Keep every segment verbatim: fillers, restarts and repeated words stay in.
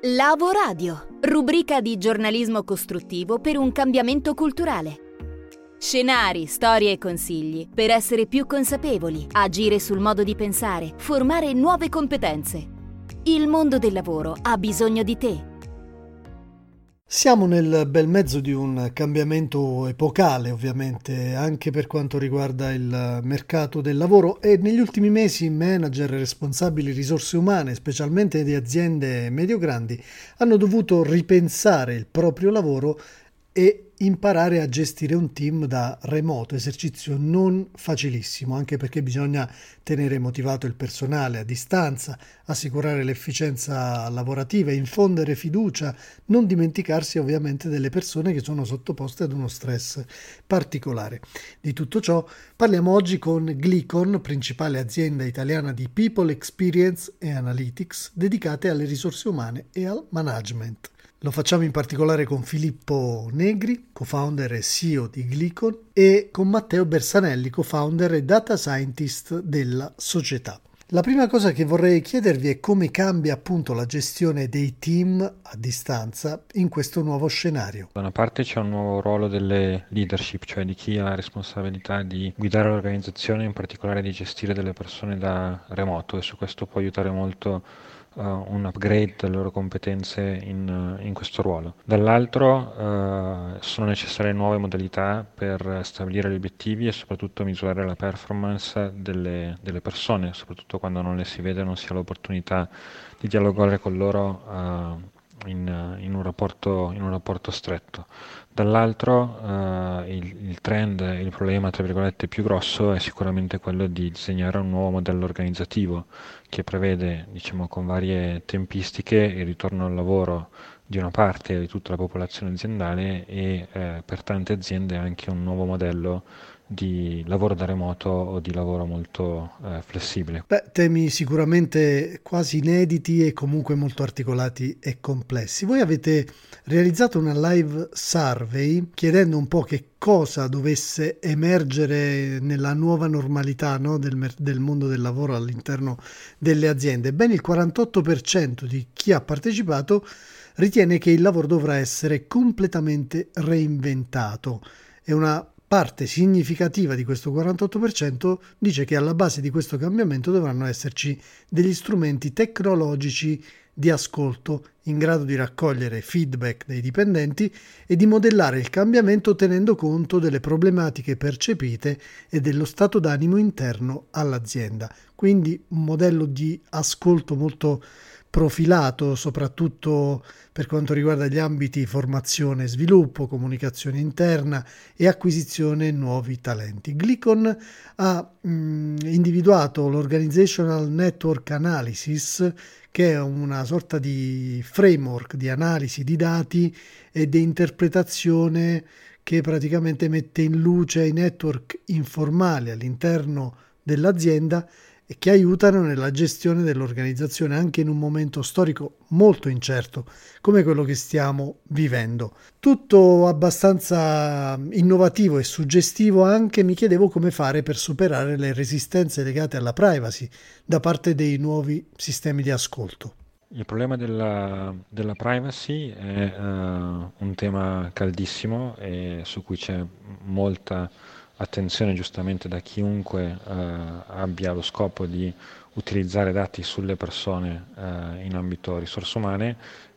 Lavo Radio, rubrica di giornalismo costruttivo per un cambiamento culturale. Scenari, storie e consigli per essere più consapevoli, agire sul modo di pensare, formare nuove competenze. Il mondo del lavoro ha bisogno di te. Siamo nel bel mezzo di un cambiamento epocale, ovviamente, anche per quanto riguarda il mercato del lavoro, e negli ultimi mesi manager e responsabili risorse umane, specialmente di aziende medio-grandi, hanno dovuto ripensare il proprio lavoro e imparare a gestire un team da remoto, esercizio non facilissimo, anche perché bisogna tenere motivato il personale a distanza, assicurare l'efficienza lavorativa, infondere fiducia, non dimenticarsi ovviamente delle persone che sono sottoposte ad uno stress particolare. Di tutto ciò parliamo oggi con Glicon, principale azienda italiana di People Experience e Analytics dedicate alle risorse umane e al management. Lo facciamo in particolare con Filippo Negri, co-founder e C E O di Glicon, e con Matteo Bersanelli, co-founder e data scientist della società. La prima cosa che vorrei chiedervi è come cambia appunto la gestione dei team a distanza in questo nuovo scenario. Da una parte c'è un nuovo ruolo delle leadership, cioè di chi ha la responsabilità di guidare l'organizzazione, in particolare di gestire delle persone da remoto, e su questo può aiutare molto uh, un upgrade delle loro competenze in, in questo ruolo. Dall'altro uh, sono necessarie nuove modalità per stabilire gli obiettivi e soprattutto misurare la performance delle, delle persone, soprattutto quando non le si vede e non si ha l'opportunità di dialogare con loro uh, In, in, un rapporto, in un rapporto stretto. Dall'altro eh, il, il trend, il problema tra virgolette più grosso è sicuramente quello di disegnare un nuovo modello organizzativo che prevede, diciamo, con varie tempistiche il ritorno al lavoro di una parte di tutta la popolazione aziendale e eh, per tante aziende anche un nuovo modello di lavoro da remoto o di lavoro molto eh, flessibile. Beh, temi sicuramente quasi inediti e comunque molto articolati e complessi. Voi avete realizzato una live survey chiedendo un po' che cosa dovesse emergere nella nuova normalità, no, del, mer- del mondo del lavoro all'interno delle aziende. Ben il quarantotto per cento di chi ha partecipato ritiene che il lavoro dovrà essere completamente reinventato. È una parte significativa di questo quarantotto per cento dice che alla base di questo cambiamento dovranno esserci degli strumenti tecnologici di ascolto in grado di raccogliere feedback dei dipendenti e di modellare il cambiamento tenendo conto delle problematiche percepite e dello stato d'animo interno all'azienda. Quindi un modello di ascolto molto profilato, soprattutto per quanto riguarda gli ambiti formazione e sviluppo, comunicazione interna e acquisizione nuovi talenti. Glicon ha mh, individuato l'Organizational Network Analysis, che è una sorta di framework di analisi di dati e di interpretazione che praticamente mette in luce i network informali all'interno dell'azienda e che aiutano nella gestione dell'organizzazione anche in un momento storico molto incerto come quello che stiamo vivendo. Tutto abbastanza innovativo e suggestivo anche. Mi chiedevo come fare per superare le resistenze legate alla privacy da parte dei nuovi sistemi di ascolto. Il problema della, della privacy è uh, un tema caldissimo e su cui c'è molta attenzione giustamente da chiunque uh, abbia lo scopo di utilizzare dati sulle persone uh, in ambito risorse umane.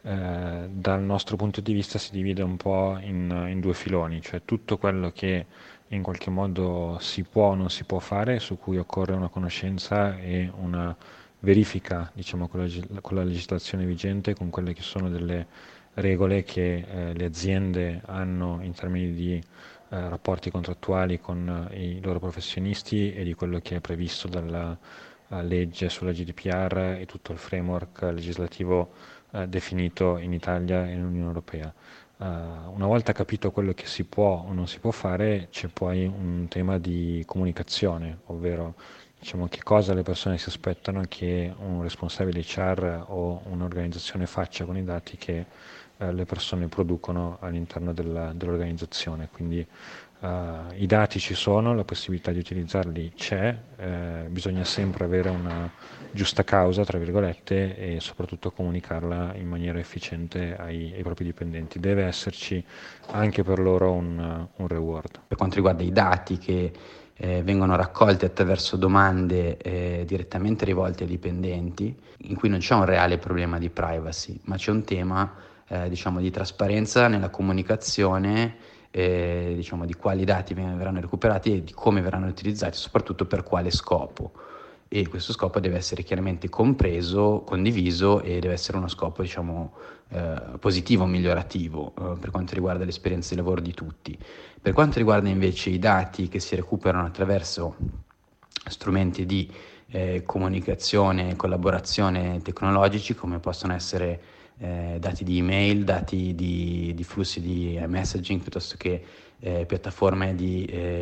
Uh, dal nostro punto di vista si divide un po' in, in due filoni, cioè tutto quello che in qualche modo si può o non si può fare, su cui occorre una conoscenza e una verifica, diciamo, con la, con la legislazione vigente, con quelle che sono delle regole che eh, le aziende hanno in termini di eh, rapporti contrattuali con eh, i loro professionisti e di quello che è previsto dalla uh, legge sulla G D P R e tutto il framework legislativo eh, definito in Italia e nell'Unione Europea. Uh, una volta capito quello che si può o non si può fare, c'è poi un tema di comunicazione, ovvero diciamo che cosa le persone si aspettano che un responsabile H R o un'organizzazione faccia con i dati che eh, le persone producono all'interno della, dell'organizzazione. Quindi Uh, i dati ci sono, la possibilità di utilizzarli c'è, eh, bisogna sempre avere una giusta causa, tra virgolette, e soprattutto comunicarla in maniera efficiente ai, ai propri dipendenti. Deve esserci anche per loro un, un reward. Per quanto riguarda i dati che eh, vengono raccolti attraverso domande eh, direttamente rivolte ai dipendenti, in cui non c'è un reale problema di privacy, ma c'è un tema eh, diciamo di trasparenza nella comunicazione, Eh, diciamo di quali dati verranno recuperati e di come verranno utilizzati, soprattutto per quale scopo, e questo scopo deve essere chiaramente compreso, condiviso, e deve essere uno scopo diciamo eh, positivo, migliorativo eh, per quanto riguarda l'esperienza di lavoro di tutti. Per quanto riguarda invece i dati che si recuperano attraverso strumenti di eh, comunicazione e collaborazione tecnologici, come possono essere Eh, dati di email, dati di, di flussi di messaging, piuttosto che eh, piattaforme di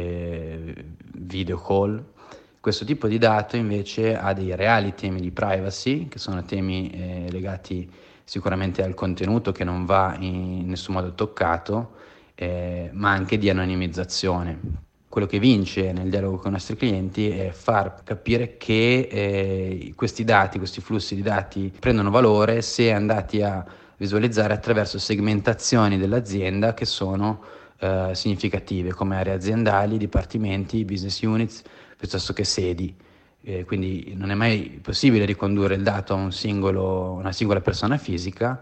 eh, video call. Questo tipo di dato invece ha dei reali temi di privacy, che sono temi eh, legati sicuramente al contenuto, che non va in nessun modo toccato, eh, ma anche di anonimizzazione. Quello che vince nel dialogo con i nostri clienti è far capire che eh, questi dati, questi flussi di dati prendono valore se andati a visualizzare attraverso segmentazioni dell'azienda che sono eh, significative, come aree aziendali, dipartimenti, business units, piuttosto che sedi. Eh, quindi non è mai possibile ricondurre il dato a un singolo, una singola persona fisica,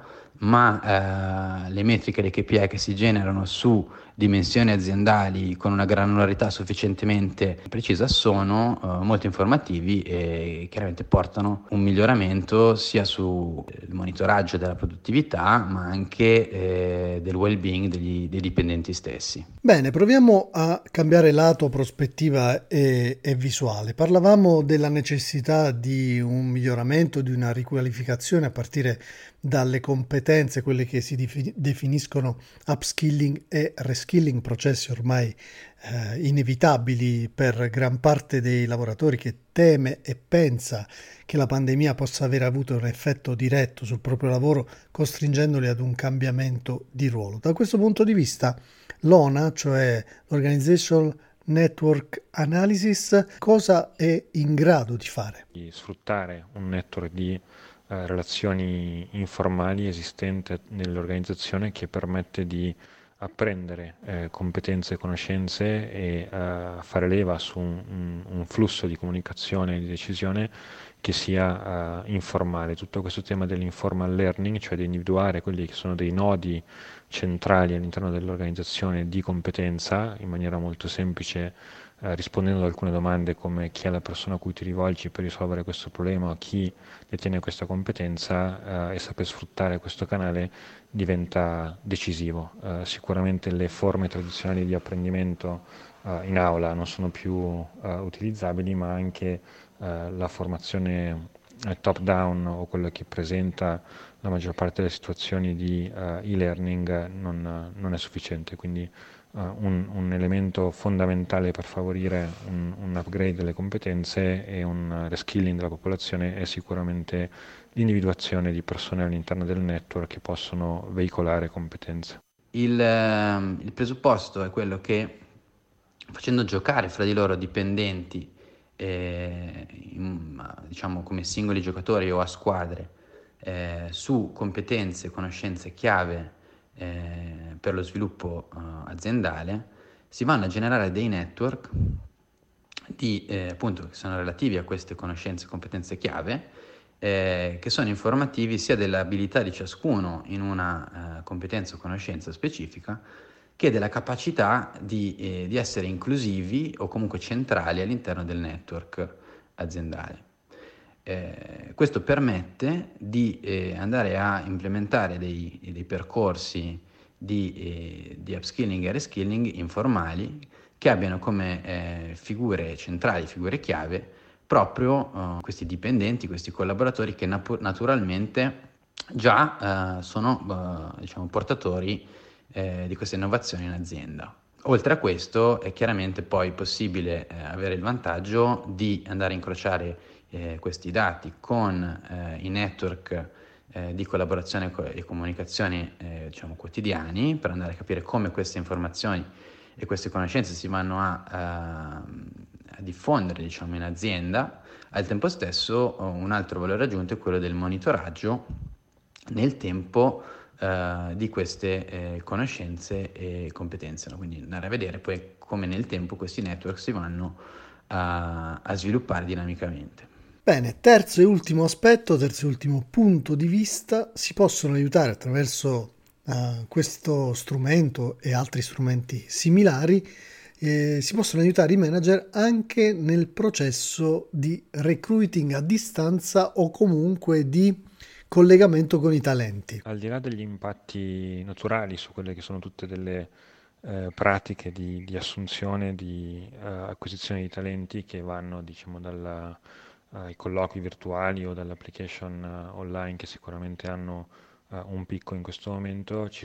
ma eh, le metriche, le K P I che si generano su dimensioni aziendali con una granularità sufficientemente precisa sono eh, molto informativi e chiaramente portano un miglioramento sia sul monitoraggio della produttività, ma anche eh, del well-being degli, dei dipendenti stessi. Bene, proviamo a cambiare lato, prospettiva e, e visuale. Parlavamo della necessità di un miglioramento, di una riqualificazione a partire dalle competenze, quelle che si dif- definiscono upskilling e reskilling, processi ormai eh, inevitabili per gran parte dei lavoratori, che teme e pensa che la pandemia possa aver avuto un effetto diretto sul proprio lavoro, costringendoli ad un cambiamento di ruolo. Da questo punto di vista, l'O N A, cioè l'Organization Network Analysis, cosa è in grado di fare? Di sfruttare un network di eh, relazioni informali esistente nell'organizzazione, che permette di apprendere eh, competenze e conoscenze e eh, fare leva su un, un, un flusso di comunicazione e di decisione che sia eh, informale. Tutto questo tema dell'informal learning, cioè di individuare quelli che sono dei nodi centrali all'interno dell'organizzazione di competenza, in maniera molto semplice, eh, rispondendo ad alcune domande come: chi è la persona a cui ti rivolgi per risolvere questo problema, chi detiene questa competenza, eh, e saper sfruttare questo canale diventa decisivo. Eh, sicuramente le forme tradizionali di apprendimento eh, in aula non sono più eh, utilizzabili, ma anche eh, la formazione eh, top down, o quella che presenta la maggior parte delle situazioni di uh, e-learning, non, non è sufficiente. Quindi uh, un, un elemento fondamentale per favorire un, un upgrade delle competenze e un reskilling della popolazione è sicuramente l'individuazione di persone all'interno del network che possono veicolare competenze. Il, eh, il presupposto è quello che, facendo giocare fra di loro dipendenti, eh, in, diciamo come singoli giocatori o a squadre, Eh, su competenze e conoscenze chiave eh, per lo sviluppo eh, aziendale, si vanno a generare dei network di, eh, appunto, che sono relativi a queste conoscenze e competenze chiave, eh, che sono informativi sia dell'abilità di ciascuno in una eh, competenza o conoscenza specifica, che della capacità di, eh, di essere inclusivi o comunque centrali all'interno del network aziendale. Eh, questo permette di eh, andare a implementare dei, dei percorsi di, eh, di upskilling e reskilling informali, che abbiano come eh, figure centrali, figure chiave, proprio eh, questi dipendenti, questi collaboratori che nap- naturalmente già eh, sono eh, diciamo, portatori eh, di queste innovazioni in azienda. Oltre a questo è chiaramente poi possibile eh, avere il vantaggio di andare a incrociare Eh, questi dati con eh, i network eh, di collaborazione e comunicazione eh, diciamo quotidiani, per andare a capire come queste informazioni e queste conoscenze si vanno a, a, a diffondere diciamo in azienda. Al tempo stesso un altro valore aggiunto è quello del monitoraggio nel tempo eh, di queste eh, conoscenze e competenze, no? Quindi andare a vedere poi come nel tempo questi network si vanno a, a sviluppare dinamicamente. Bene, terzo e ultimo aspetto, terzo e ultimo punto di vista: si possono aiutare attraverso uh, questo strumento e altri strumenti similari, eh, si possono aiutare i manager anche nel processo di recruiting a distanza o comunque di collegamento con i talenti. Al di là degli impatti naturali su quelle che sono tutte delle eh, pratiche di, di assunzione, di uh, acquisizione di talenti che vanno diciamo dalla ai colloqui virtuali o dall'application uh, online, che sicuramente hanno uh, un picco in questo momento, ci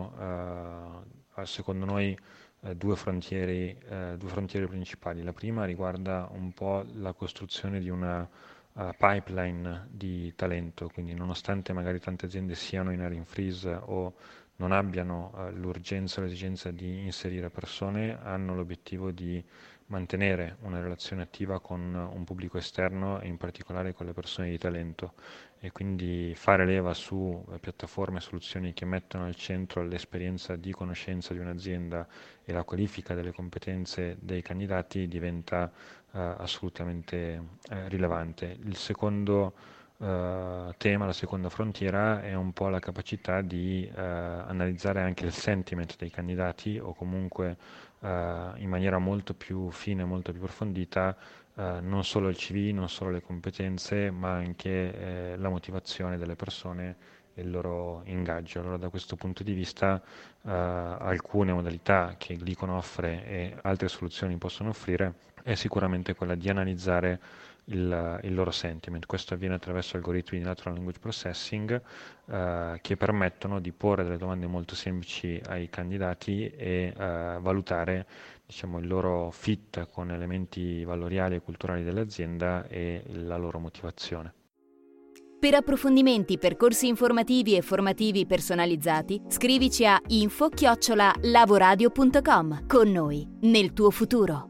sono uh, secondo noi uh, due frontiere, uh, due frontiere principali. La prima riguarda un po' la costruzione di una uh, pipeline di talento, quindi nonostante magari tante aziende siano in hiring freeze o non abbiano uh, l'urgenza o l'esigenza di inserire persone, hanno l'obiettivo di mantenere una relazione attiva con un pubblico esterno e in particolare con le persone di talento, e quindi fare leva su piattaforme e soluzioni che mettono al centro l'esperienza di conoscenza di un'azienda e la qualifica delle competenze dei candidati diventa uh, assolutamente uh, rilevante. Il secondo uh, tema, la seconda frontiera è un po' la capacità di uh, analizzare anche il sentiment dei candidati, o comunque Uh, in maniera molto più fine, molto più approfondita, uh, non solo il C V, non solo le competenze, ma anche eh, la motivazione delle persone e il loro ingaggio. Allora da questo punto di vista uh, alcune modalità che Glycon offre e altre soluzioni possono offrire è sicuramente quella di analizzare Il, il loro sentiment. Questo avviene attraverso algoritmi di natural language processing eh, che permettono di porre delle domande molto semplici ai candidati e eh, valutare diciamo, il loro fit con elementi valoriali e culturali dell'azienda e la loro motivazione. Per approfondimenti, percorsi informativi e formativi personalizzati, scrivici a info chiocciola lavoradio punto com. Con noi, nel tuo futuro.